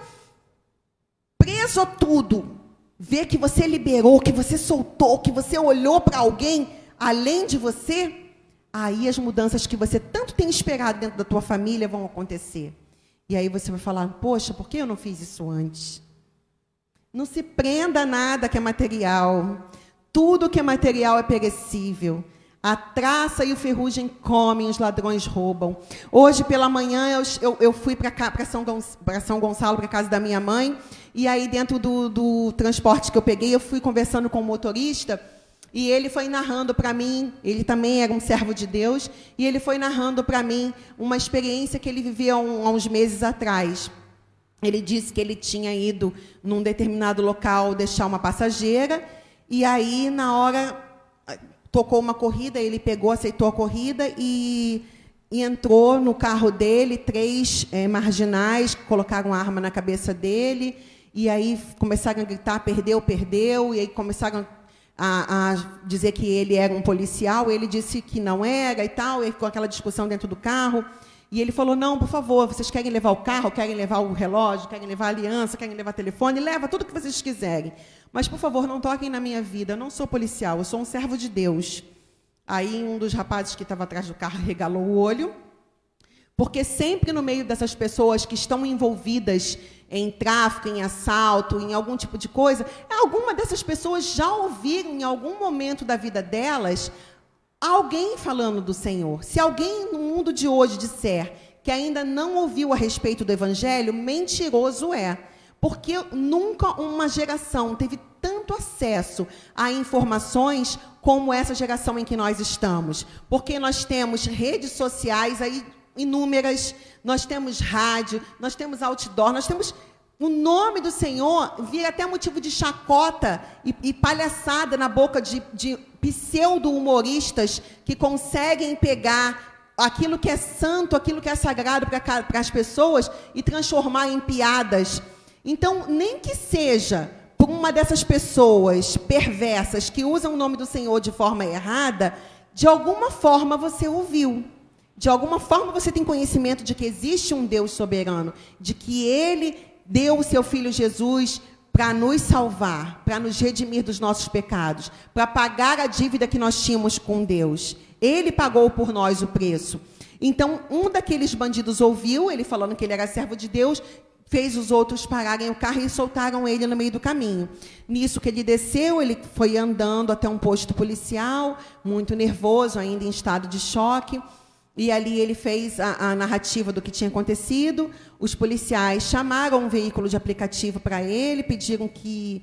preso a tudo, ver que você liberou, que você soltou, que você olhou para alguém além de você, aí as mudanças que você tanto tem esperado dentro da tua família vão acontecer. E aí você vai falar, poxa, por que eu não fiz isso antes? Não se prenda a nada que é material. Tudo que é material é perecível. A traça e o ferrugem comem, os ladrões roubam. Hoje pela manhã eu fui para São Gonçalo, para a casa da minha mãe, e aí dentro do transporte que eu peguei, eu fui conversando com o motorista, e ele foi narrando para mim, ele também era um servo de Deus, e ele foi narrando para mim uma experiência que ele vivia há uns meses atrás. Ele disse que ele tinha ido num determinado local deixar uma passageira, e aí, na hora, tocou uma corrida, ele pegou, aceitou a corrida e entrou no carro dele 3 marginais, colocaram arma na cabeça dele, e aí começaram a gritar, perdeu, perdeu, e aí começaram a dizer que ele era um policial. Ele disse que não era e tal, e ficou aquela discussão dentro do carro, e ele falou, não, por favor, vocês querem levar o carro, querem levar o relógio, querem levar a aliança, querem levar telefone, leva tudo que vocês quiserem, mas, por favor, não toquem na minha vida, eu não sou policial, eu sou um servo de Deus. Aí um dos rapazes que estava atrás do carro regalou o olho, porque sempre no meio dessas pessoas que estão envolvidas em tráfico, em assalto, em algum tipo de coisa, alguma dessas pessoas já ouviram em algum momento da vida delas alguém falando do Senhor. Se alguém no mundo de hoje disser que ainda não ouviu a respeito do Evangelho, mentiroso é. Porque nunca uma geração teve tanto acesso a informações como essa geração em que nós estamos. Porque nós temos redes sociais aí inúmeras, nós temos rádio, nós temos outdoor, nós temos... O nome do Senhor vira até motivo de chacota e palhaçada na boca de pseudo-humoristas que conseguem pegar aquilo que é santo, aquilo que é sagrado para as pessoas e transformar em piadas. Então, nem que seja por uma dessas pessoas perversas que usam o nome do Senhor de forma errada, de alguma forma você ouviu. De alguma forma você tem conhecimento de que existe um Deus soberano, de que Ele deu o seu Filho Jesus para nos salvar, para nos redimir dos nossos pecados, para pagar a dívida que nós tínhamos com Deus. Ele pagou por nós o preço. Então, um daqueles bandidos ouviu, ele falando que ele era servo de Deus, fez os outros pararem o carro e soltaram ele no meio do caminho. Nisso que ele desceu, ele foi andando até um posto policial, muito nervoso, ainda em estado de choque. E ali ele fez a narrativa do que tinha acontecido. Os policiais chamaram um veículo de aplicativo para ele, pediram que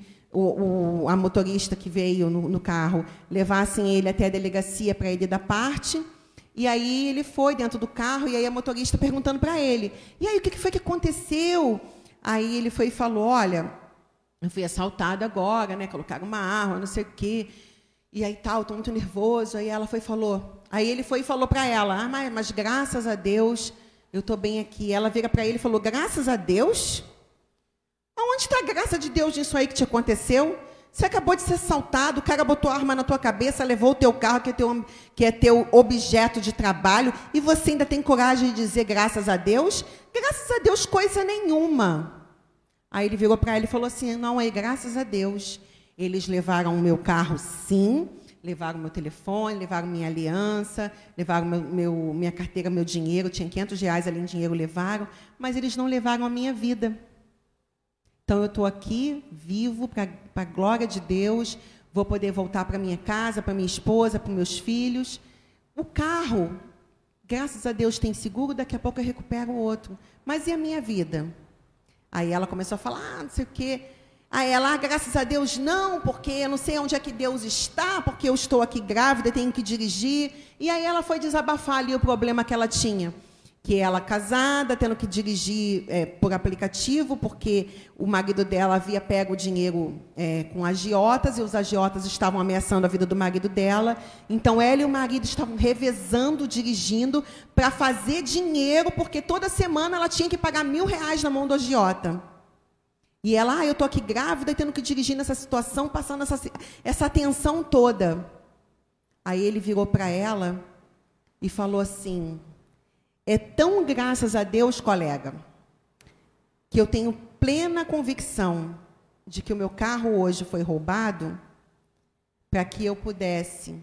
a motorista que veio no carro levassem ele até a delegacia para ele dar parte. E aí ele foi dentro do carro, e aí a motorista perguntando para ele, e aí, o que foi que aconteceu? Aí ele foi e falou, olha, eu fui assaltado agora, né? Colocaram uma arma, não sei o quê. E aí tal, estou muito nervoso. Aí ela foi e falou... Aí ele foi e falou para ela, mas graças a Deus, eu estou bem aqui. Ela vira para ele e falou, graças a Deus? Aonde está a graça de Deus nisso aí que te aconteceu? Você acabou de ser assaltado, o cara botou a arma na tua cabeça, levou o teu carro, que é teu objeto de trabalho, e você ainda tem coragem de dizer graças a Deus? Graças a Deus, coisa nenhuma. Aí ele virou para ela e falou assim, não, graças a Deus. Eles levaram o meu carro, sim, levaram meu telefone, levaram minha aliança, levaram minha carteira, meu dinheiro, tinha R$500 ali em dinheiro, levaram, mas eles não levaram a minha vida. Então, eu estou aqui, vivo, para a glória de Deus, vou poder voltar para minha casa, para minha esposa, para meus filhos. O carro, graças a Deus, tem seguro, daqui a pouco eu recupero o outro. Mas e a minha vida? Aí ela começou a falar, não sei o quê. Aí ela, graças a Deus, não, porque eu não sei onde é que Deus está, porque eu estou aqui grávida, tenho que dirigir. E aí ela foi desabafar ali o problema que ela tinha. Que ela casada, tendo que dirigir por aplicativo, porque o marido dela havia pego o dinheiro com agiotas, e os agiotas estavam ameaçando a vida do marido dela. Então, ela e o marido estavam revezando, dirigindo, para fazer dinheiro, porque toda semana ela tinha que pagar R$1.000 na mão do agiota. E ela, eu estou aqui grávida e tendo que dirigir nessa situação, passando essa tensão toda. Aí ele virou para ela e falou assim, é tão graças a Deus, colega, que eu tenho plena convicção de que o meu carro hoje foi roubado para que eu pudesse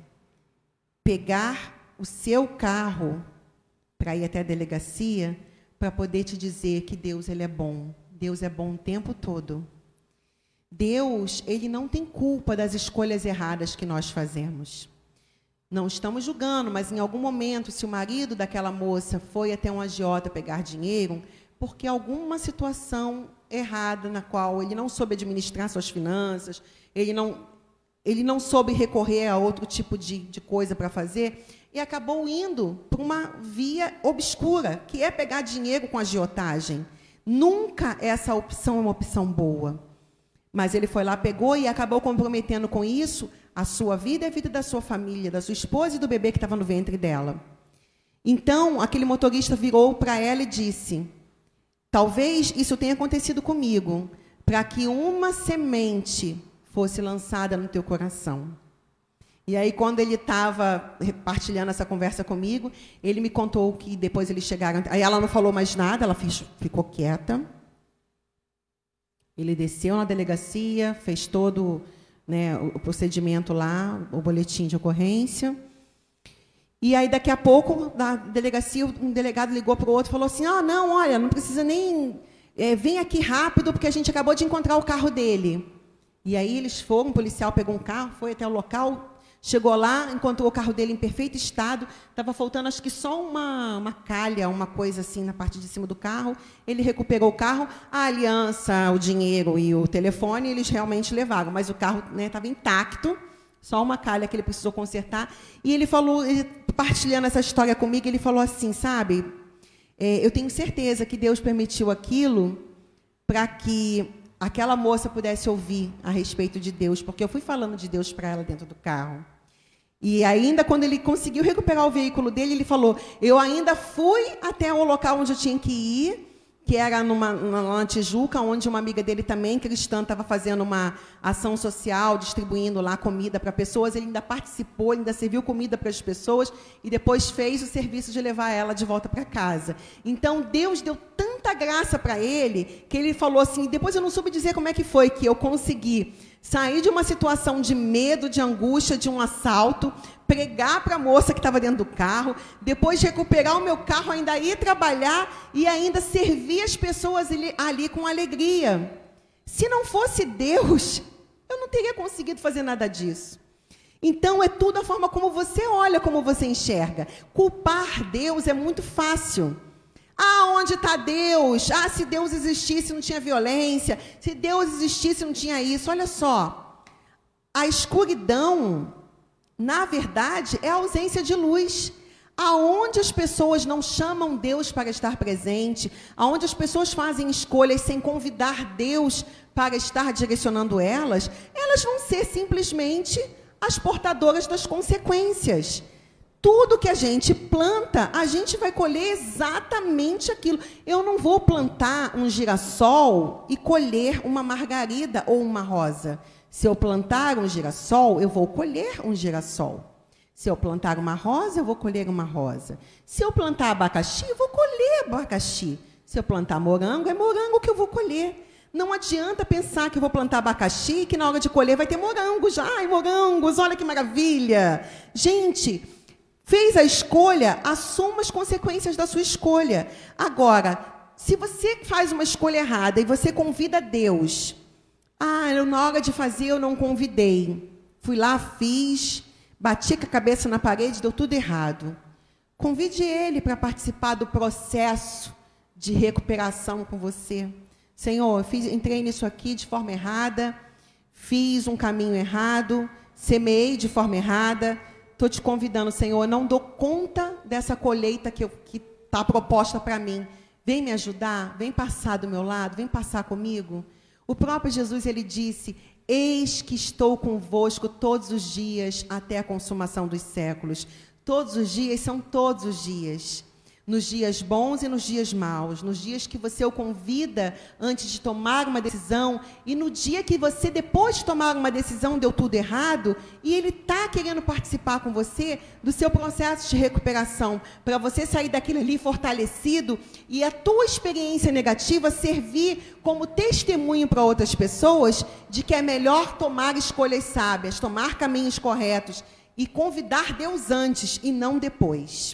pegar o seu carro para ir até a delegacia para poder te dizer que Deus, ele é bom. Deus é bom o tempo todo. Deus, ele não tem culpa das escolhas erradas que nós fazemos. Não estamos julgando, mas em algum momento, se o marido daquela moça foi até um agiota pegar dinheiro, porque alguma situação errada na qual ele não soube administrar suas finanças, ele não soube recorrer a outro tipo de coisa para fazer, e acabou indo para uma via obscura, que é pegar dinheiro com agiotagem. Nunca essa opção é uma opção boa. Mas ele foi lá, pegou e acabou comprometendo com isso a sua vida e a vida da sua família, da sua esposa e do bebê que estava no ventre dela. Então, aquele motorista virou para ela e disse, talvez isso tenha acontecido comigo, para que uma semente fosse lançada no teu coração. E aí, quando ele estava partilhando essa conversa comigo, ele me contou que depois eles chegaram... Aí ela não falou mais nada, ela ficou quieta. Ele desceu na delegacia, fez todo, né, o procedimento lá, o boletim de ocorrência. E aí, daqui a pouco, na delegacia, um delegado ligou para o outro e falou assim, não, olha, não precisa nem... vem aqui rápido, porque a gente acabou de encontrar o carro dele. E aí eles foram, o policial pegou um carro, foi até o local... Chegou lá, encontrou o carro dele em perfeito estado, estava faltando acho que só uma calha, uma coisa assim na parte de cima do carro. Ele recuperou o carro, a aliança, o dinheiro e o telefone eles realmente levaram, mas o carro estava intacto, só uma calha que ele precisou consertar. E ele falou, partilhando essa história comigo, ele falou assim, sabe, eu tenho certeza que Deus permitiu aquilo para que aquela moça pudesse ouvir a respeito de Deus, porque eu fui falando de Deus para ela dentro do carro. E ainda quando ele conseguiu recuperar o veículo dele, ele falou, eu ainda fui até o local onde eu tinha que ir, que era na Tijuca, onde uma amiga dele também, cristã, estava fazendo uma ação social, distribuindo lá comida para pessoas. Ele ainda participou, ainda serviu comida para as pessoas e depois fez o serviço de levar ela de volta para casa. Então, Deus deu tanta graça para ele, que ele falou assim, depois eu não soube dizer como é que foi que eu consegui sair de uma situação de medo, de angústia, de um assalto, pregar para a moça que estava dentro do carro, depois recuperar o meu carro, ainda ir trabalhar e ainda servir as pessoas ali com alegria. Se não fosse Deus, eu não teria conseguido fazer nada disso. Então, é tudo a forma como você olha, como você enxerga. Culpar Deus é muito fácil. Onde está Deus? Se Deus existisse, não tinha violência. Se Deus existisse, não tinha isso. Olha só, a escuridão, na verdade, é a ausência de luz. Aonde as pessoas não chamam Deus para estar presente, aonde as pessoas fazem escolhas sem convidar Deus para estar direcionando elas vão ser simplesmente as portadoras das consequências. Tudo que a gente planta, a gente vai colher exatamente aquilo. Eu não vou plantar um girassol e colher uma margarida ou uma rosa. Se eu plantar um girassol, eu vou colher um girassol. Se eu plantar uma rosa, eu vou colher uma rosa. Se eu plantar abacaxi, eu vou colher abacaxi. Se eu plantar morango, é morango que eu vou colher. Não adianta pensar que eu vou plantar abacaxi e que na hora de colher vai ter morangos. Ai, morangos, olha que maravilha. Gente, fez a escolha, assuma as consequências da sua escolha. Agora, se você faz uma escolha errada e você convida Deus, na hora de fazer eu não convidei. Fui lá, fiz, bati com a cabeça na parede, deu tudo errado. Convide Ele para participar do processo de recuperação com você. Senhor, entrei nisso aqui de forma errada, fiz um caminho errado, semeei de forma errada. Estou te convidando, Senhor, não dou conta dessa colheita que está proposta para mim. Vem me ajudar, vem passar do meu lado, vem passar comigo. O próprio Jesus, ele disse, eis que estou convosco todos os dias até a consumação dos séculos. Todos os dias são todos os dias. Nos dias bons e nos dias maus, nos dias que você o convida antes de tomar uma decisão e no dia que você, depois de tomar uma decisão, deu tudo errado e ele está querendo participar com você do seu processo de recuperação, para você sair daquilo ali fortalecido e a tua experiência negativa servir como testemunho para outras pessoas de que é melhor tomar escolhas sábias, tomar caminhos corretos e convidar Deus antes e não depois.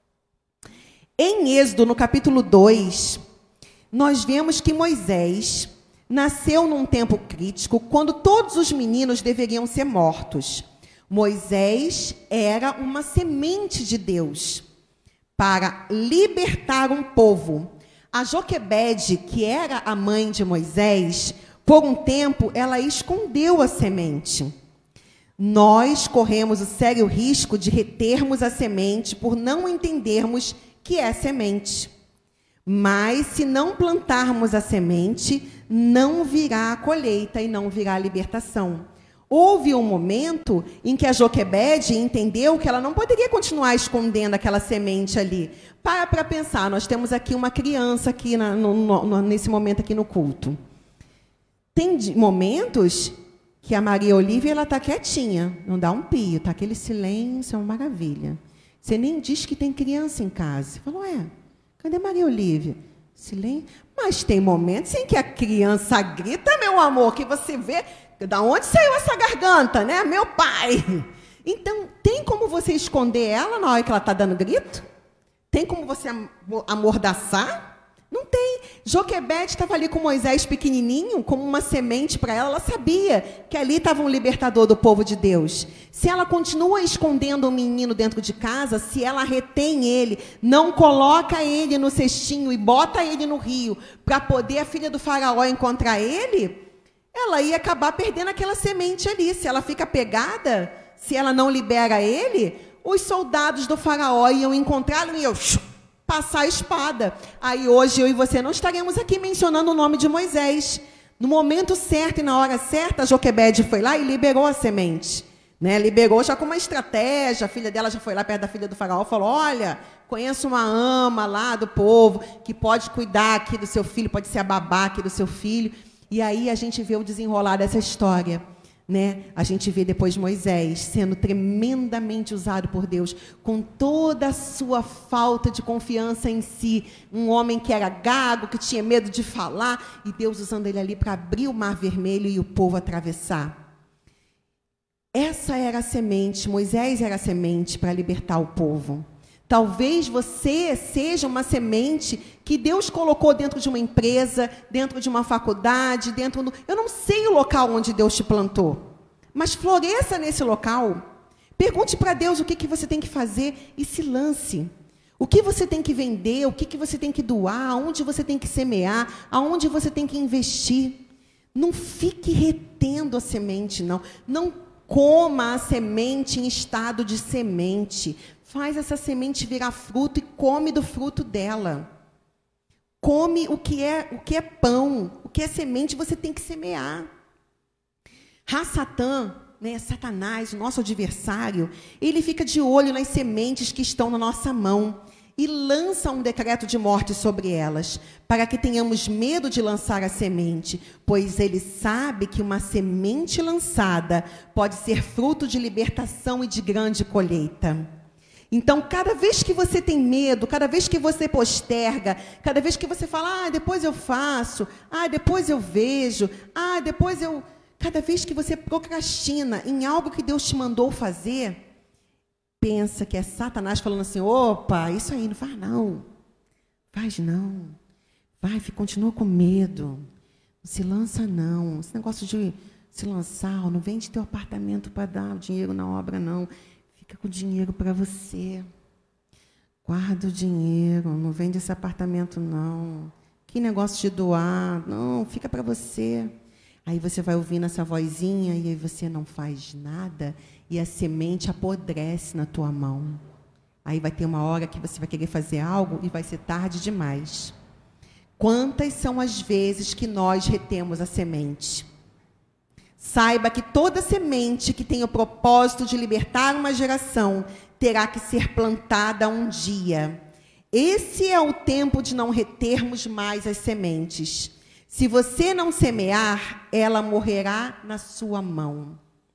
Em Êxodo, no capítulo 2, nós vemos que Moisés nasceu num tempo crítico, quando todos os meninos deveriam ser mortos. Moisés era uma semente de Deus para libertar um povo. A Joquebede, que era a mãe de Moisés, por um tempo, ela escondeu a semente. Nós corremos o sério risco de retermos a semente por não entendermos que é semente. Mas, se não plantarmos a semente, não virá a colheita e não virá a libertação. Houve um momento em que a Joquebede entendeu que ela não poderia continuar escondendo aquela semente ali. Para pensar, nós temos aqui uma criança aqui nesse momento aqui no culto. Tem momentos que a Maria Olívia está quietinha, não dá um pio, está aquele silêncio, é uma maravilha. Você nem diz que tem criança em casa. Você falou, cadê Maria Olívia? Silêncio. Mas tem momentos em que a criança grita, meu amor, que você vê, da onde saiu essa garganta, né? Meu pai. Então, tem como você esconder ela na hora que ela está dando grito? Tem como você amordaçar? Não tem. Joquebede estava ali com Moisés pequenininho, como uma semente para ela. Ela sabia que ali estava um libertador do povo de Deus. Se ela continua escondendo o menino dentro de casa, se ela retém ele, não coloca ele no cestinho e bota ele no rio para poder a filha do faraó encontrar ele, ela ia acabar perdendo aquela semente ali. Se ela fica pegada, se ela não libera ele, os soldados do faraó iam encontrá-lo e passar a espada. Aí hoje eu e você não estaremos aqui mencionando o nome de Moisés. No momento certo e na hora certa, Joquebede foi lá e liberou a semente. Né? Liberou já com uma estratégia. A filha dela já foi lá perto da filha do faraó e falou: olha, conheço uma ama lá do povo que pode cuidar aqui do seu filho, pode ser a babá aqui do seu filho. E aí a gente vê o desenrolar dessa história. Né? A gente vê depois Moisés sendo tremendamente usado por Deus, com toda a sua falta de confiança em si, um homem que era gago, que tinha medo de falar, e Deus usando ele ali para abrir o Mar Vermelho e o povo atravessar. Essa era a semente, Moisés era a semente para libertar o povo. Talvez você seja uma semente que Deus colocou dentro de uma empresa, dentro de uma faculdade, eu não sei o local onde Deus te plantou, mas floresça nesse local. Pergunte para Deus o que você tem que fazer e se lance. O que você tem que vender, o que você tem que doar, aonde você tem que semear, aonde você tem que investir. Não fique retendo a semente, não. Não coma a semente em estado de semente. Faz essa semente virar fruto e come do fruto dela. Come o que é pão, o que é semente, você tem que semear. Satã, né, Satanás, o nosso adversário, ele fica de olho nas sementes que estão na nossa mão e lança um decreto de morte sobre elas, para que tenhamos medo de lançar a semente, pois ele sabe que uma semente lançada pode ser fruto de libertação e de grande colheita. Então, cada vez que você tem medo, cada vez que você posterga, cada vez que você fala, depois eu faço, depois eu vejo, cada vez que você procrastina em algo que Deus te mandou fazer, pensa que é Satanás falando assim: opa, isso aí não faz não, continua com medo, não se lança não, esse negócio de se lançar, não vende teu apartamento para dar o dinheiro na obra não, fica com o dinheiro para você, guarda o dinheiro, não vende esse apartamento não, que negócio de doar, não, fica para você. Aí você vai ouvindo essa vozinha e aí você não faz nada e a semente apodrece na tua mão. Aí vai ter uma hora que você vai querer fazer algo e vai ser tarde demais. Quantas são as vezes que nós retemos a semente? Saiba que toda semente que tem o propósito de libertar uma geração terá que ser plantada um dia. Esse é o tempo de não retermos mais as sementes. Se você não semear, ela morrerá na sua mão.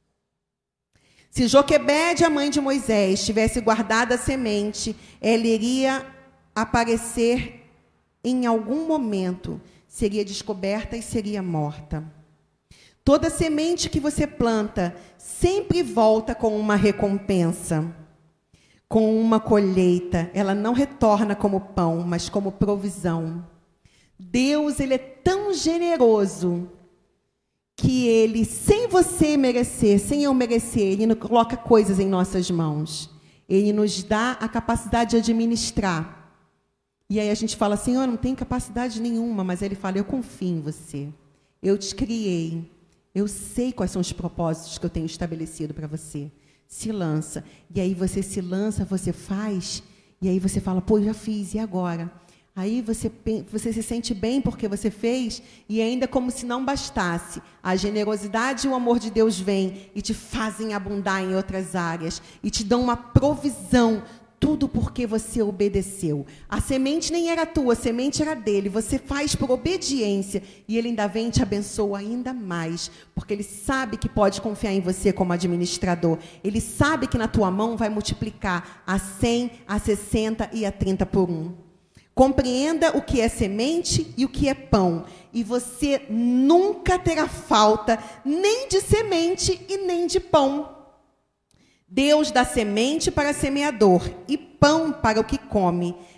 Se Joquebede, a mãe de Moisés, tivesse guardado a semente, ela iria aparecer em algum momento, seria descoberta e seria morta. Toda semente que você planta sempre volta com uma recompensa, com uma colheita. Ela não retorna como pão, mas como provisão. Deus, ele é tão generoso que ele, sem você merecer, sem eu merecer, ele não coloca coisas em nossas mãos. Ele nos dá a capacidade de administrar. E aí a gente fala assim, eu não tenho capacidade nenhuma, mas ele fala, eu confio em você. Eu te criei. Eu sei quais são os propósitos que eu tenho estabelecido para você. Se lança. E aí você se lança, você faz, e aí você fala, pô, já fiz, e agora? Aí você se sente bem porque você fez, e ainda como se não bastasse, a generosidade e o amor de Deus vêm e te fazem abundar em outras áreas, e te dão uma provisão, tudo porque você obedeceu. A semente nem era tua, a semente era dele, você faz por obediência, e ele ainda vem e te abençoa ainda mais, porque ele sabe que pode confiar em você como administrador, ele sabe que na tua mão vai multiplicar a 100, a 60 e a 30 por 1. Compreenda o que é semente e o que é pão. E você nunca terá falta nem de semente e nem de pão. Deus dá semente para semeador e pão para o que come.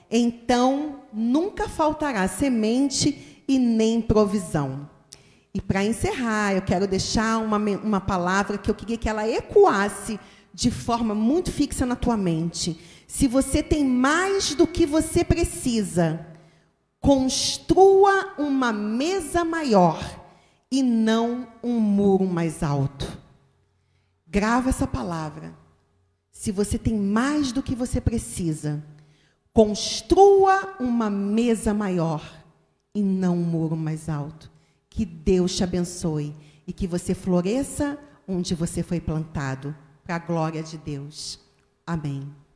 então nunca faltará semente e nem provisão. E para encerrar, eu quero deixar uma palavra que eu queria que ela ecoasse de forma muito fixa na tua mente. Se você tem mais do que você precisa, construa uma mesa maior e não um muro mais alto. Grava essa palavra. Se você tem mais do que você precisa, construa uma mesa maior e não um muro mais alto. Que Deus te abençoe e que você floresça onde você foi plantado, para a glória de Deus. Amém.